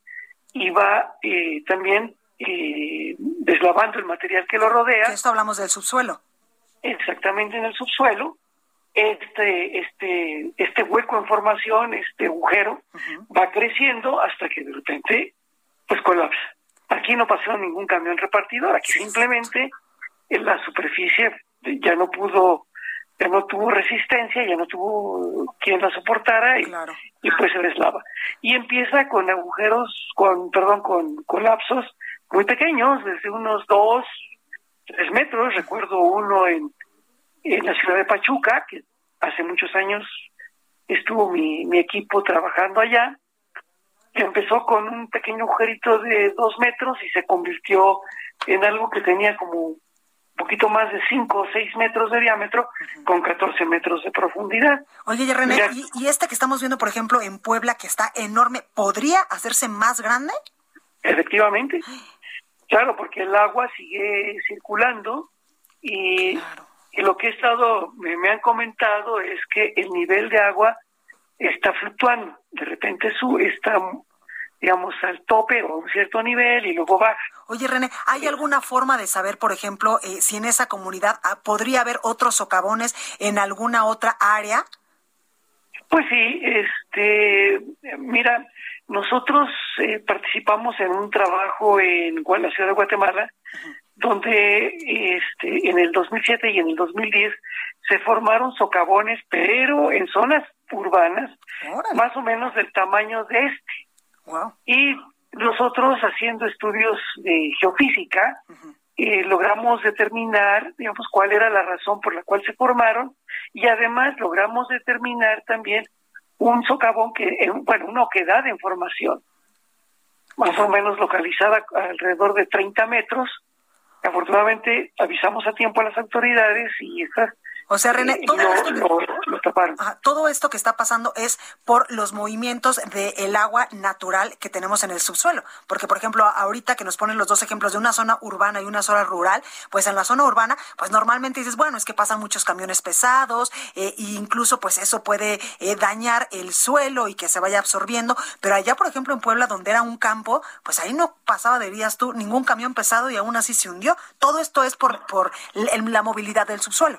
y va eh, también eh, deslavando el material que lo rodea. Esto hablamos del subsuelo. Exactamente, en el subsuelo. Este este este hueco en formación, este agujero, uh-huh. va creciendo hasta que de repente pues colapsa. Aquí no pasó ningún camión repartidor, aquí sí, simplemente en la superficie ya no pudo, ya no tuvo resistencia, ya no tuvo quien la soportara y, claro. y pues se deslava. Y empieza con agujeros, con perdón, con colapsos muy pequeños, desde unos dos, tres metros. Recuerdo uno en en la ciudad de Pachuca, que hace muchos años estuvo mi, mi equipo trabajando allá, que empezó con un pequeño agujerito de dos metros y se convirtió en algo que tenía como un poquito más de cinco o seis metros de diámetro, uh-huh. con catorce metros de profundidad. Oye, René, ¿y, ¿y este que estamos viendo, por ejemplo, en Puebla, que está enorme, podría hacerse más grande? Efectivamente, claro, porque el agua sigue circulando y... Claro. Y lo que he estado, me, me han comentado es que el nivel de agua está fluctuando. De repente su está, digamos, al tope o a un cierto nivel y luego baja. Oye, René, ¿hay alguna forma de saber, por ejemplo, eh, si en esa comunidad ah, podría haber otros socavones en alguna otra área? Pues sí, este, mira, nosotros eh, participamos en un trabajo en la ciudad de Guatemala, uh-huh. donde este en el dos mil siete y en el dos mil diez se formaron socavones, pero en zonas urbanas, ¡órale! Más o menos del tamaño de este. Wow. Y nosotros, haciendo estudios de geofísica, uh-huh. eh, logramos determinar, digamos, cuál era la razón por la cual se formaron, y además logramos determinar también un socavón que, eh, bueno, una oquedad en formación, más o menos localizada alrededor de treinta metros. Afortunadamente avisamos a tiempo a las autoridades y estas O sea, René, todo, no, esto, lo, lo taparon. Ajá, todo esto que está pasando es por los movimientos del agua natural que tenemos en el subsuelo. Porque, por ejemplo, ahorita que nos ponen los dos ejemplos de una zona urbana y una zona rural, pues en la zona urbana, pues normalmente dices, bueno, es que pasan muchos camiones pesados, eh, e incluso pues eso puede eh, dañar el suelo y que se vaya absorbiendo. Pero allá, por ejemplo, en Puebla, donde era un campo, pues ahí no pasaba, dirías tú, ningún camión pesado y aún así se hundió. Todo esto es por, por la movilidad del subsuelo.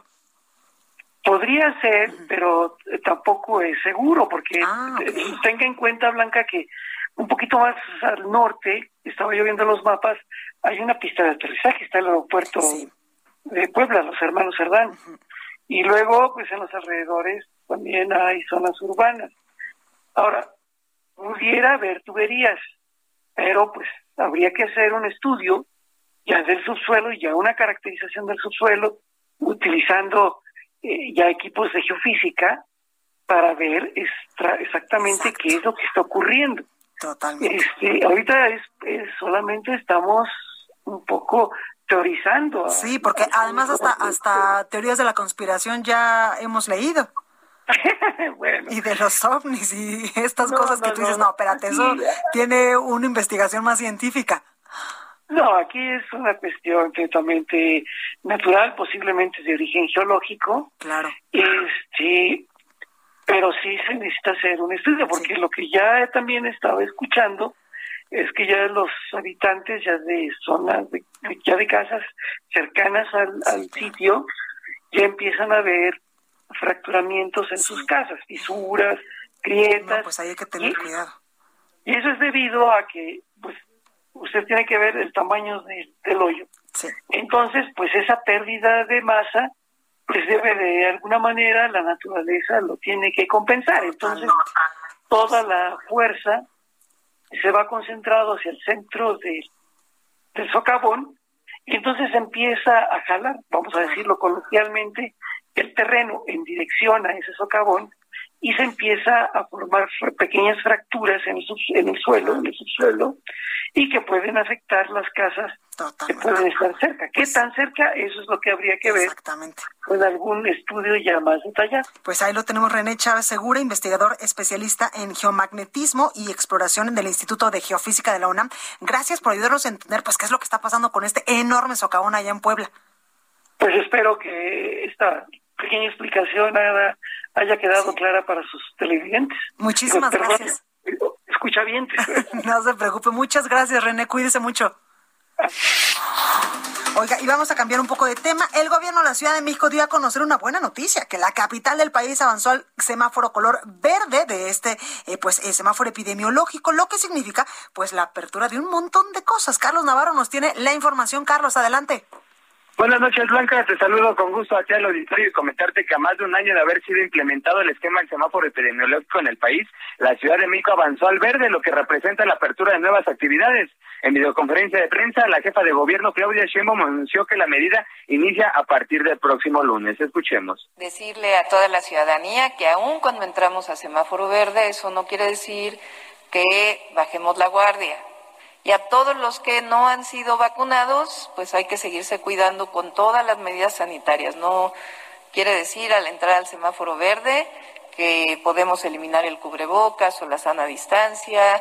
Podría ser, pero tampoco es seguro, porque ah, okay. tenga en cuenta, Blanca, que un poquito más al norte, estaba yo viendo los mapas, hay una pista de aterrizaje, está el aeropuerto sí. de Puebla, los hermanos Cerdán. Uh-huh. Y luego, pues en los alrededores también hay zonas urbanas. Ahora, pudiera haber tuberías, pero pues habría que hacer un estudio ya del subsuelo y ya una caracterización del subsuelo, utilizando eh, ya equipos de geofísica para ver extra, exactamente Exacto. qué es lo que está ocurriendo. Totalmente. Este, ahorita es, es solamente estamos un poco teorizando. Sí, porque a, además hasta hasta teorías de la conspiración ya hemos leído. Bueno. Y de los ovnis y estas no, cosas que no, tú dices, no, no espérate, eso sí. tiene una investigación más científica. No, aquí es una cuestión completamente natural, posiblemente de origen geológico. Claro. Este, pero sí se necesita hacer un estudio, porque sí. lo que ya también estaba escuchando es que ya los habitantes ya de zonas, de, ya de casas cercanas al, sí, al claro. sitio, ya empiezan a ver fracturamientos en sí. sus casas, fisuras, grietas. No, pues ahí hay que tener y, cuidado. Y eso es debido a que, pues, usted tiene que ver el tamaño de, del hoyo. Sí. Entonces, pues esa pérdida de masa, pues debe de alguna manera la naturaleza lo tiene que compensar. Entonces, toda la fuerza se va concentrado hacia el centro de, del socavón y entonces empieza a jalar, vamos a decirlo coloquialmente, el terreno en dirección a ese socavón y se empieza a formar pequeñas fracturas en el, sub, en el suelo, en el subsuelo, y que pueden afectar las casas Totalmente. que pueden estar cerca. ¿Qué pues, tan cerca? Eso es lo que habría que ver exactamente. con algún estudio ya más detallado. Pues ahí lo tenemos, René Chávez Segura, investigador especialista en geomagnetismo y exploración del Instituto de Geofísica de la UNAM. Gracias por ayudarnos a entender pues qué es lo que está pasando con este enorme socavón allá en Puebla. Pues espero que esta pequeña explicación haya, haya quedado sí. clara para sus televidentes. Muchísimas Pero, gracias. Escucha bien. No se preocupe. Muchas gracias, René. Cuídese mucho. Oiga, y vamos a cambiar un poco de tema. El gobierno de la Ciudad de México dio a conocer una buena noticia, que la capital del país avanzó al semáforo color verde de este eh, pues eh, semáforo epidemiológico, lo que significa pues la apertura de un montón de cosas. Carlos Navarro nos tiene la información. Carlos, adelante. Buenas noches, Blanca. Te saludo con gusto aquí al auditorio y comentarte que a más de un año de haber sido implementado el esquema del semáforo epidemiológico en el país, la Ciudad de México avanzó al verde, lo que representa la apertura de nuevas actividades. En videoconferencia de prensa, la jefa de gobierno, Claudia Sheinbaum, anunció que la medida inicia a partir del próximo lunes. Escuchemos. Decirle a toda la ciudadanía que aún cuando entramos a semáforo verde, eso no quiere decir que bajemos la guardia. Y a todos los que no han sido vacunados, pues hay que seguirse cuidando con todas las medidas sanitarias. No quiere decir al entrar al semáforo verde que podemos eliminar el cubrebocas o la sana distancia.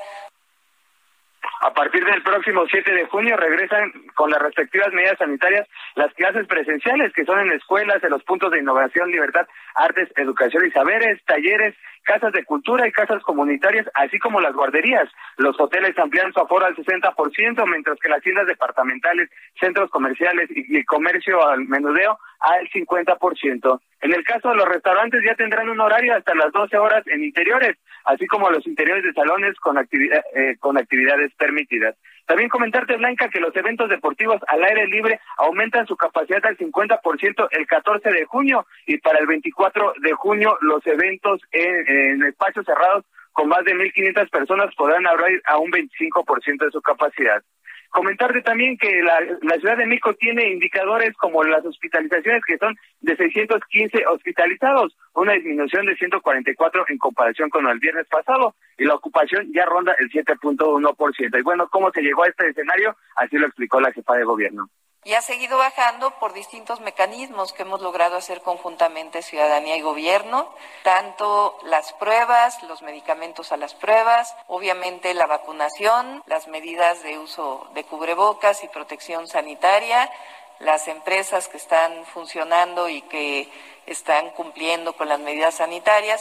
A partir del próximo siete de junio regresan con las respectivas medidas sanitarias las clases presenciales, que son en escuelas, en los puntos de innovación, libertad, artes, educación y saberes, talleres, casas de cultura y casas comunitarias, así como las guarderías. Los hoteles amplían su aforo al sesenta por ciento, mientras que las tiendas departamentales, centros comerciales y, y comercio al menudeo al cincuenta por ciento. En el caso de los restaurantes ya tendrán un horario hasta las doce horas en interiores, así como los interiores de salones con, actividad, eh, con actividades permitidas. También comentarte, Blanca, que los eventos deportivos al aire libre aumentan su capacidad al cincuenta por ciento el catorce de junio y para el veinticuatro de junio los eventos en, en espacios cerrados con más de mil quinientas personas podrán abrir a un veinticinco por ciento de su capacidad. Comentarte también que la, la Ciudad de México tiene indicadores como las hospitalizaciones, que son de seiscientos quince hospitalizados, una disminución de ciento cuarenta y cuatro en comparación con el viernes pasado, y la ocupación ya ronda el siete punto uno por ciento. Y bueno, ¿cómo se llegó a este escenario? Así lo explicó la jefa de gobierno. y ha seguido bajando por distintos mecanismos que hemos logrado hacer conjuntamente ciudadanía y gobierno, tanto las pruebas, los medicamentos a las pruebas, obviamente la vacunación, las medidas de uso de cubrebocas y protección sanitaria, las empresas que están funcionando y que están cumpliendo con las medidas sanitarias.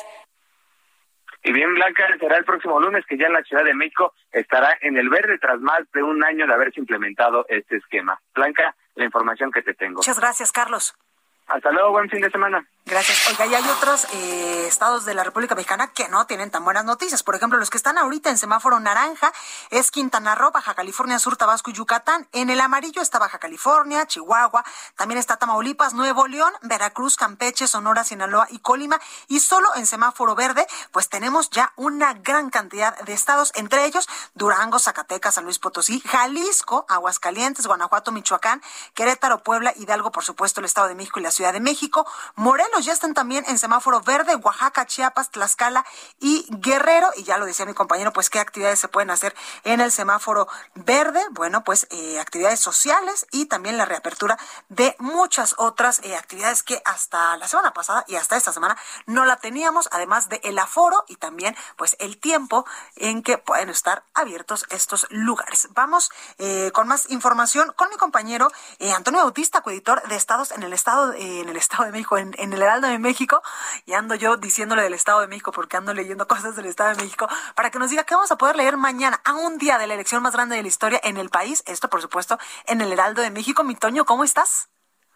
Y bien, Blanca, será el próximo lunes que ya en la Ciudad de México estará en el verde tras más de un año de haberse implementado este esquema. Blanca, la información que te tengo. Muchas gracias, Carlos. Hasta luego, buen fin de semana. Gracias. Oiga, y hay otros eh, estados de la República Mexicana que no tienen tan buenas noticias. Por ejemplo, los que están ahorita en semáforo naranja es Quintana Roo, Baja California Sur, Tabasco y Yucatán. En el amarillo está Baja California, Chihuahua, también está Tamaulipas, Nuevo León, Veracruz, Campeche, Sonora, Sinaloa y Colima. Y solo en semáforo verde, pues tenemos ya una gran cantidad de estados, entre ellos Durango, Zacatecas, San Luis Potosí, Jalisco, Aguascalientes, Guanajuato, Michoacán, Querétaro, Puebla, Hidalgo, por supuesto, el Estado de México y la Ciudad de México. Morelos ya están también en semáforo verde, Oaxaca, Chiapas, Tlaxcala y Guerrero. Y ya lo decía mi compañero, pues qué actividades se pueden hacer en el semáforo verde. Bueno, pues eh, actividades sociales y también la reapertura de muchas otras eh, actividades que hasta la semana pasada y hasta esta semana no la teníamos, además de el aforo y también pues el tiempo en que pueden estar abiertos estos lugares. Vamos eh, con más información con mi compañero eh, Antonio Bautista, coeditor de Estados en el Estado de en el Estado de México, en, en el Heraldo de México, y ando yo diciéndole del Estado de México porque ando leyendo cosas del Estado de México, para que nos diga qué vamos a poder leer mañana, a un día de la elección más grande de la historia en el país, esto por supuesto en el Heraldo de México. Mi Toño, ¿cómo estás?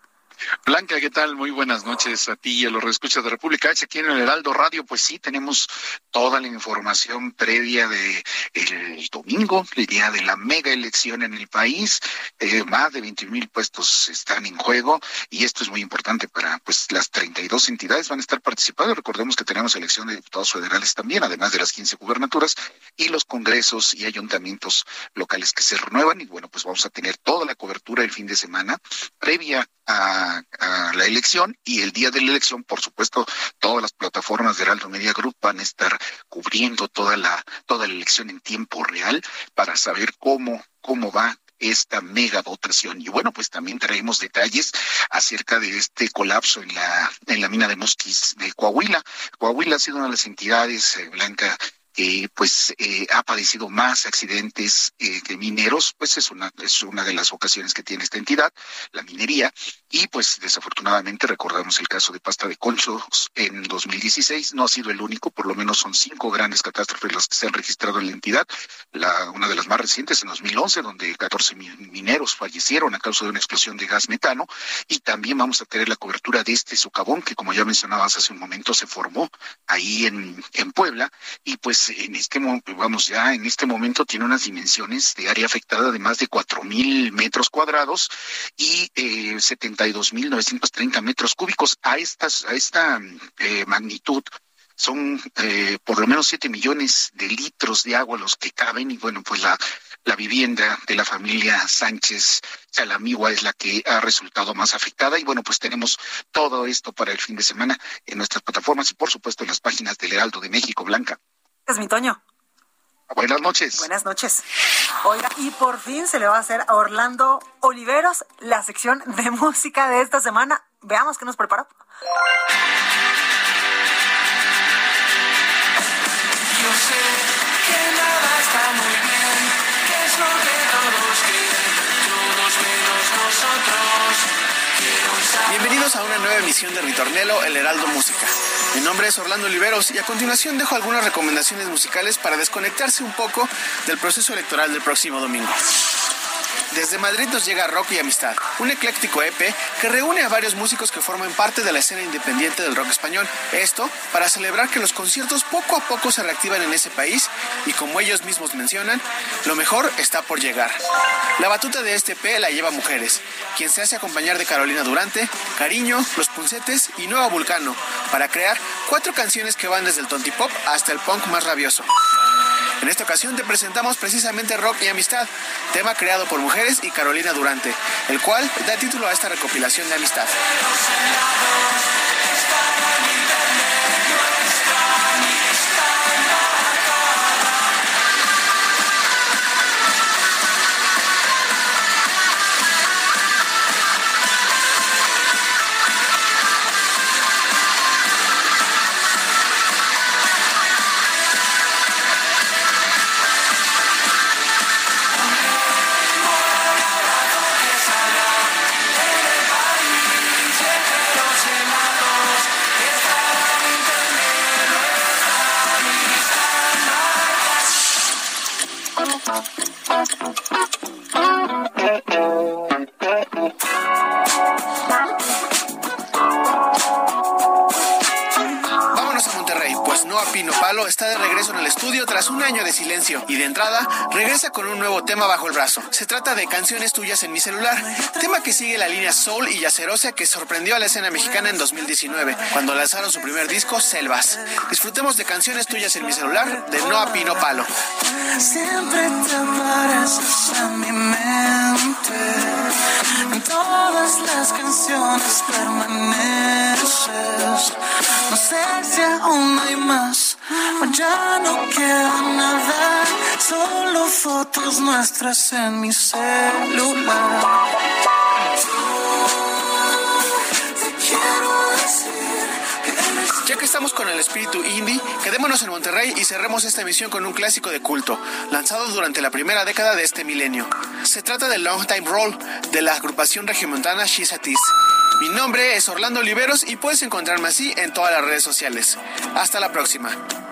Blanca, ¿qué tal? Muy buenas noches a ti y a los reescuchas de República H aquí en el Heraldo Radio. Pues sí, tenemos toda la información previa de el domingo, el día de la mega elección en el país. Eh, más de veinte mil puestos están en juego y esto es muy importante para pues las treinta y dos entidades van a estar participando. Recordemos que tenemos elección de diputados federales también, además de las quince gubernaturas y los congresos y ayuntamientos locales que se renuevan. Y bueno, pues vamos a tener toda la cobertura el fin de semana previa a a la elección, y el día de la elección, por supuesto, todas las plataformas de Heraldo Media Group van a estar cubriendo toda la toda la elección en tiempo real para saber cómo cómo va esta mega votación. Y bueno, pues también traemos detalles acerca de este colapso en la en la mina de Musquis de Coahuila. Coahuila ha sido una de las entidades, eh, Blanca, Eh, pues eh, ha padecido más accidentes eh, que mineros, pues es una es una de las ocasiones que tiene esta entidad, la minería, y pues desafortunadamente recordamos el caso de Pasta de Conchos en dos mil dieciséis, no ha sido el único, por lo menos son cinco grandes catástrofes las que se han registrado en la entidad, la una de las más recientes en dos mil once, donde catorce mineros fallecieron a causa de una explosión de gas metano, y también vamos a tener la cobertura de este socavón que, como ya mencionabas hace un momento, se formó ahí en, en Puebla, y pues en este vamos ya en este momento tiene unas dimensiones de área afectada de más de cuatro mil metros cuadrados y eh, setenta y dos mil novecientos treinta metros cúbicos. A estas a esta eh, magnitud son eh, por lo menos siete millones de litros de agua los que caben, y bueno, pues la la vivienda de la familia Sánchez Salamigua es la que ha resultado más afectada. Y bueno, pues tenemos todo esto para el fin de semana en nuestras plataformas y por supuesto en las páginas del Heraldo de México. Blanca. Es mi Toño. Buenas noches. Buenas noches. Oiga, y por fin se le va a hacer a Orlando Oliveros la sección de música de esta semana. Veamos qué nos preparó. Yo sé que nada está muy bien, que es lo que todos quieren, todos menos nosotros. Bienvenidos a una nueva emisión de Ritornelo, el Heraldo Música. Mi nombre es Orlando Oliveros y a continuación dejo algunas recomendaciones musicales para desconectarse un poco del proceso electoral del próximo domingo. Desde Madrid nos llega Rock y Amistad, un ecléctico E P que reúne a varios músicos que forman parte de la escena independiente del rock español. Esto para celebrar que los conciertos poco a poco se reactivan en ese país y, como ellos mismos mencionan, lo mejor está por llegar. La batuta de este E P la lleva Mujeres, quien se hace acompañar de Carolina Durante, Cariño, Los Puncetes y Nueva Vulcano para crear cuatro canciones que van desde el tontipop hasta el punk más rabioso. En esta ocasión te presentamos precisamente Rock y Amistad, tema creado por Mujeres y Carolina Durante, el cual da título a esta recopilación de amistad. estudio tras un año de silencio y de entrada regresa con un nuevo tema bajo el brazo. Se trata de Canciones tuyas en mi celular, tema que sigue la línea soul y yacerosa que sorprendió a la escena mexicana en dos mil diecinueve, cuando lanzaron su primer disco, Selvas. Disfrutemos de Canciones tuyas en mi celular, de Noa Pino Palo. Siempre te apareces en mi mente, en todas las canciones permaneces. No sé si aún hay más, o ya no queda nada, solo fotos nuestras en mi celular. Te quiero decir que eres... Ya que estamos con el espíritu indie, quedémonos en Monterrey y cerremos esta emisión con un clásico de culto, lanzado durante la primera década de este milenio. Se trata de Long Time Roll, de la agrupación regiomontana She's a Tease. Mi nombre es Orlando Oliveros y puedes encontrarme así en todas las redes sociales. Hasta la próxima.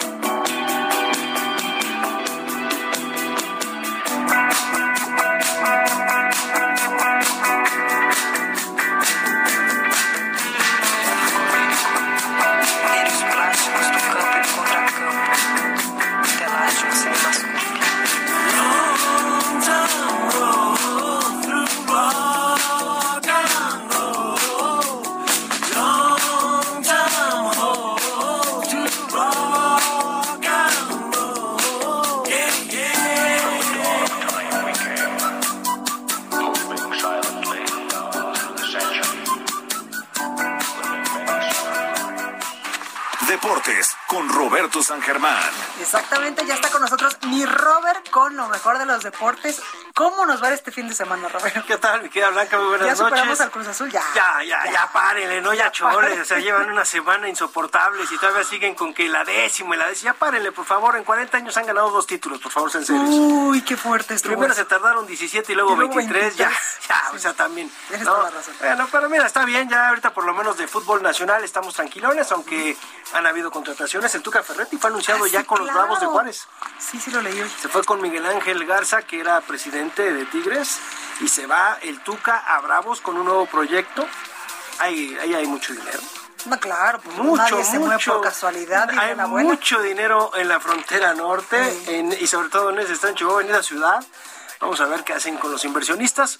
Deportes con Roberto San Germán. Exactamente, ya está con nosotros mi Robert con lo mejor de los deportes. ¿Cómo nos va este fin de semana, Robert? ¿Qué tal, mi querida Blanca? Muy buenas ya noches. Ya superamos al Cruz Azul, ya. Ya, ya, ya, ya párenle, no, ya, ya choles. O sea, llevan una semana insoportables y todavía siguen con que la décima y la décima. Ya párenle, por favor. En cuarenta años han ganado dos títulos, por favor, sean serios. Uy, qué fuerte estuvo. Primero se tardaron diecisiete y luego, y luego veintitrés. veintitrés. Ya, ya, sí. O sea, también. Tienes ¿no? toda la razón. Bueno, pero mira, está bien. Ya ahorita por lo menos de fútbol nacional estamos tranquilones, aunque han habido contrataciones. El Tuca Ferretti fue anunciado ah, ya sí, con claro. los Bravos de Juárez. Sí, sí lo leí hoy. Se fue con Miguel Ángel Garza, que era presidente de Tigres, y se va el Tuca a Bravos con un nuevo proyecto. Ahí, ahí hay mucho dinero. No, claro, pues mucho, nadie se mueve mucho, por casualidad. Hay mucho dinero en la frontera norte, sí. en, y sobre todo en ese estado en Chihuahua, Avenida Ciudad. Vamos a ver qué hacen con los inversionistas.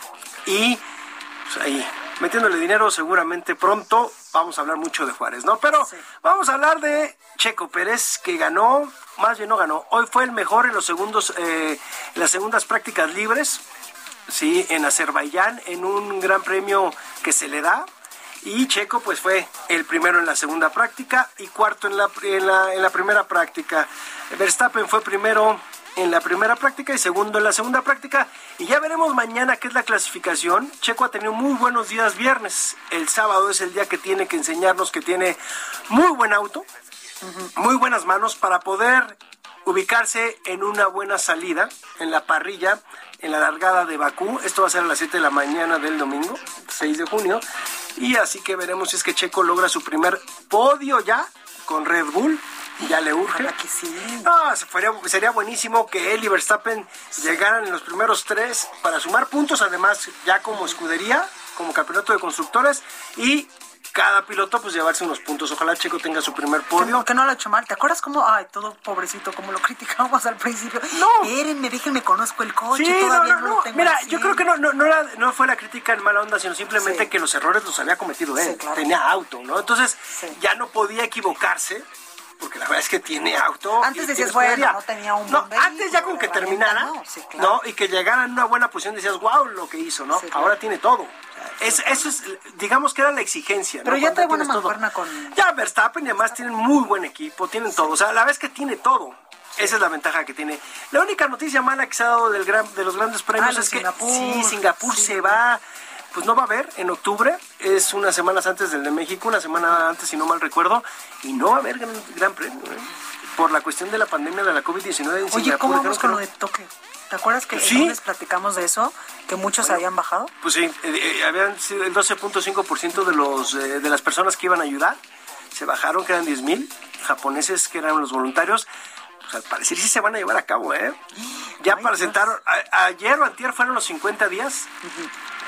Y pues ahí, metiéndole dinero seguramente pronto. Vamos a hablar mucho de Juárez, ¿no? Pero sí. Vamos a hablar de Checo Pérez, que ganó, más bien no ganó. Hoy fue el mejor en los segundos, eh, en las segundas prácticas libres, sí, en Azerbaiyán, en un gran premio que se le da. Y Checo pues fue el primero en la segunda práctica y cuarto en la, en la, en la primera práctica. Verstappen fue primero en la primera práctica y segundo en la segunda práctica. Y ya veremos mañana qué es la clasificación. Checo ha tenido muy buenos días viernes. El sábado es el día que tiene que enseñarnos que tiene muy buen auto, uh-huh. muy buenas manos para poder ubicarse en una buena salida en la parrilla, en la largada de Bakú. Esto va a ser a las siete de la mañana del domingo, seis de junio. Y así que veremos si es que Checo logra su primer podio ya con Red Bull. Ya le urge. Que sí. No, sería, sería buenísimo que él y Verstappen sí. llegaran en los primeros tres para sumar puntos, además ya como escudería, como campeonato de constructores, y cada piloto pues llevarse unos puntos. Ojalá Checo tenga su primer podio. Que, que no lo ha hecho mal. ¿Te acuerdas cómo, ay, todo pobrecito, como lo criticábamos al principio? No. Espérenme, déjenme, conozco el coche, sí, todavía no, no, no, no lo tengo. Mira, así. yo creo que no, no, no, era, no fue la crítica en mala onda, sino simplemente sí. que los errores los había cometido él. Sí, claro. Tenía auto, ¿no? Entonces sí. ya no podía equivocarse. Porque la verdad es que tiene auto. Antes decías, bueno, no tenía un No, antes ya con que terminara, no, sí, claro. ¿no? Y que llegara en una buena posición, decías, wow, lo que hizo, ¿no? Sí, claro. Ahora tiene todo. Es, eso es, digamos que era la exigencia, Pero ¿no? ya trae buena mancuerna con... Ya Verstappen y además tienen muy buen equipo, tienen sí. todo. O sea, la vez que tiene todo. Esa es la ventaja que tiene. La única noticia mala que se ha dado del gran, de los grandes premios ah, es Singapur. que sí, Singapur sí. se va... Pues no va a haber en octubre, es unas semanas antes del de México, una semana antes si no mal recuerdo, y no va a haber gran, gran premio, ¿eh? Por la cuestión de la pandemia de la covid diecinueve en Oye, Singapur. ¿cómo vamos con lo de Tokio? ¿Te acuerdas que ¿Sí? el lunes platicamos de eso? Que muchos bueno, habían bajado. Pues sí, eh, eh, habían sido el doce punto cinco por ciento de, los, eh, de las personas que iban a ayudar, se bajaron, que eran diez mil japoneses que eran los voluntarios. Pues al parecer sí se van a llevar a cabo, ¿eh? Ya Ay, presentaron, a, ayer o antier fueron los cincuenta días. Uh-huh.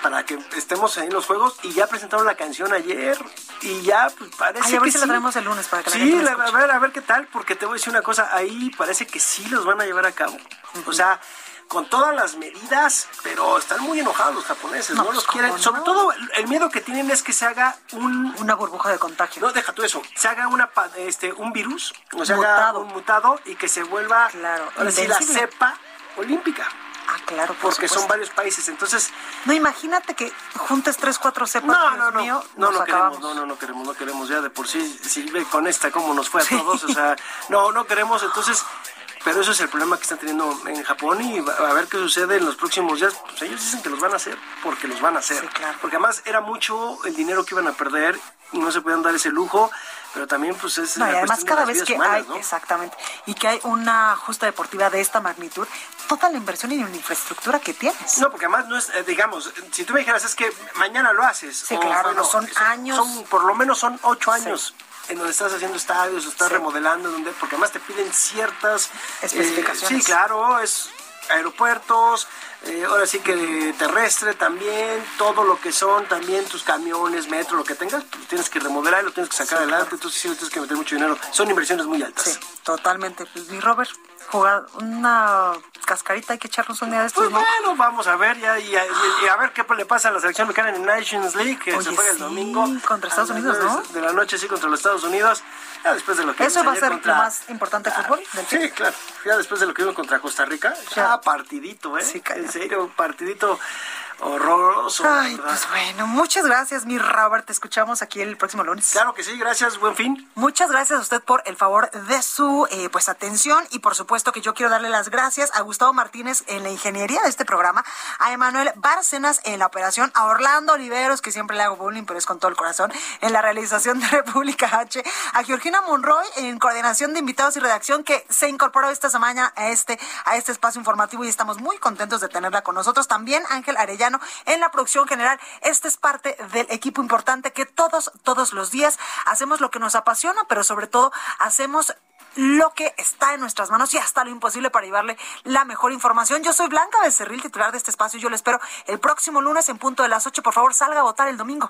para que estemos ahí en los juegos, y ya presentaron la canción ayer y ya pues, parece Ay, a ver que si sí. la traemos el lunes para que la Sí, gente la, la a ver, a ver qué tal, porque te voy a decir una cosa, ahí parece que sí los van a llevar a cabo. Uh-huh. O sea, con todas las medidas, pero están muy enojados los japoneses, no, no los quieren. No? Sobre todo, el miedo que tienen es que se haga un... una burbuja de contagio. No, deja tú eso, se haga una este un virus, o se mutado. haga un mutado y que se vuelva, claro, ahora sí, la cepa olímpica. Ah, claro, por porque supuesto. Son varios países, entonces... No, imagínate que juntes tres, cuatro cepas, no, Dios no, no, mío, no, nos no acabamos. queremos, no, no, no queremos, no queremos ya de por sí, si ve con esta cómo nos fue a todos, sí. O sea, no, no queremos, entonces... Pero eso es el problema que están teniendo en Japón y a ver qué sucede en los próximos días. Pues ellos dicen que los van a hacer porque los van a hacer. Sí, claro. Porque además era mucho el dinero que iban a perder y no se podían dar ese lujo, pero también pues es no, la y además cada vez que humanas, hay, ¿no? Exactamente, y que hay una justa deportiva de esta magnitud, toda la inversión y la infraestructura que tienes. No, porque además no es, eh, digamos, si tú me dijeras es que mañana lo haces. Sí, o, claro, bueno, no, son, son años. Son, por lo menos son ocho años. Sí. En donde estás haciendo estadios, estás sí. remodelando, donde porque además te piden ciertas especificaciones. Eh, sí, claro, es aeropuertos, eh, ahora sí que terrestre también, todo lo que son también tus camiones, metro, lo que tengas, pues tienes que remodelar, lo tienes que sacar sí, adelante, claro. Entonces sí tienes que meter mucho dinero. Son inversiones muy altas. Sí, totalmente. Pues, mi Robert, jugar una cascarita, hay que echarnos un día de estos, pues ¿no? Bueno, vamos a ver ya y, y, y a ver qué le pasa a la selección mexicana en Nations League, que Oye, se juega el sí, domingo. Contra Estados Unidos, ¿no? De la noche, sí, contra los Estados Unidos. Ya después de lo que ¿Eso va a ser contra... lo más importante del fútbol? Del sí, tiempo? claro. Ya después de lo que vimos contra Costa Rica, ya partidito, ¿eh? Sí, en serio, partidito horroroso. Ay, pues bueno, muchas gracias, mi Robert. Te escuchamos aquí el próximo lunes. Claro que sí, gracias, buen fin. Muchas gracias a usted por el favor de su eh, pues atención y por supuesto que yo quiero darle las gracias a Gustavo Martínez en la ingeniería de este programa, a Emanuel Bárcenas en la operación, a Orlando Oliveros, que siempre le hago bullying, pero es con todo el corazón, en la realización de República H, a Georgina Monroy en coordinación de invitados y redacción, que se incorporó esta semana a este, a este espacio informativo y estamos muy contentos de tenerla con nosotros. También Ángel Arellano en la producción general. Este es parte del equipo importante que todos, todos los días hacemos lo que nos apasiona, pero sobre todo hacemos lo que está en nuestras manos y hasta lo imposible para llevarle la mejor información. Yo soy Blanca Becerril, titular de este espacio. Yo le espero el próximo lunes en punto de las ocho. Por favor, salga a votar el domingo.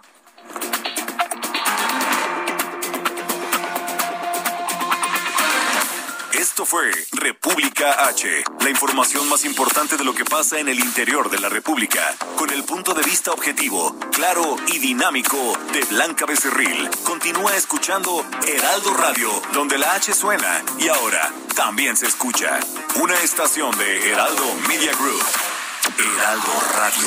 Esto fue República H, la información más importante de lo que pasa en el interior de la República, con el punto de vista objetivo, claro y dinámico de Blanca Becerril. Continúa escuchando Heraldo Radio, donde la H suena y ahora también se escucha. Una estación de Heraldo Media Group. Heraldo Radio.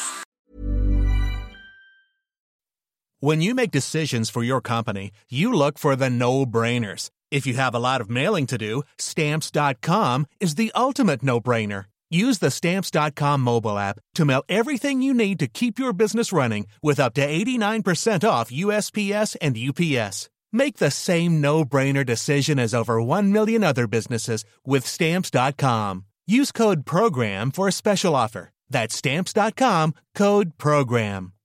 When you make decisions for your company, you look for the no-brainers. If you have a lot of mailing to do, Stamps dot com is the ultimate no-brainer. Use the Stamps dot com mobile app to mail everything you need to keep your business running with up to eighty-nine percent off U S P S and U P S. Make the same no-brainer decision as over one million other businesses with Stamps dot com. Use code PROGRAM for a special offer. That's Stamps dot com, code PROGRAM.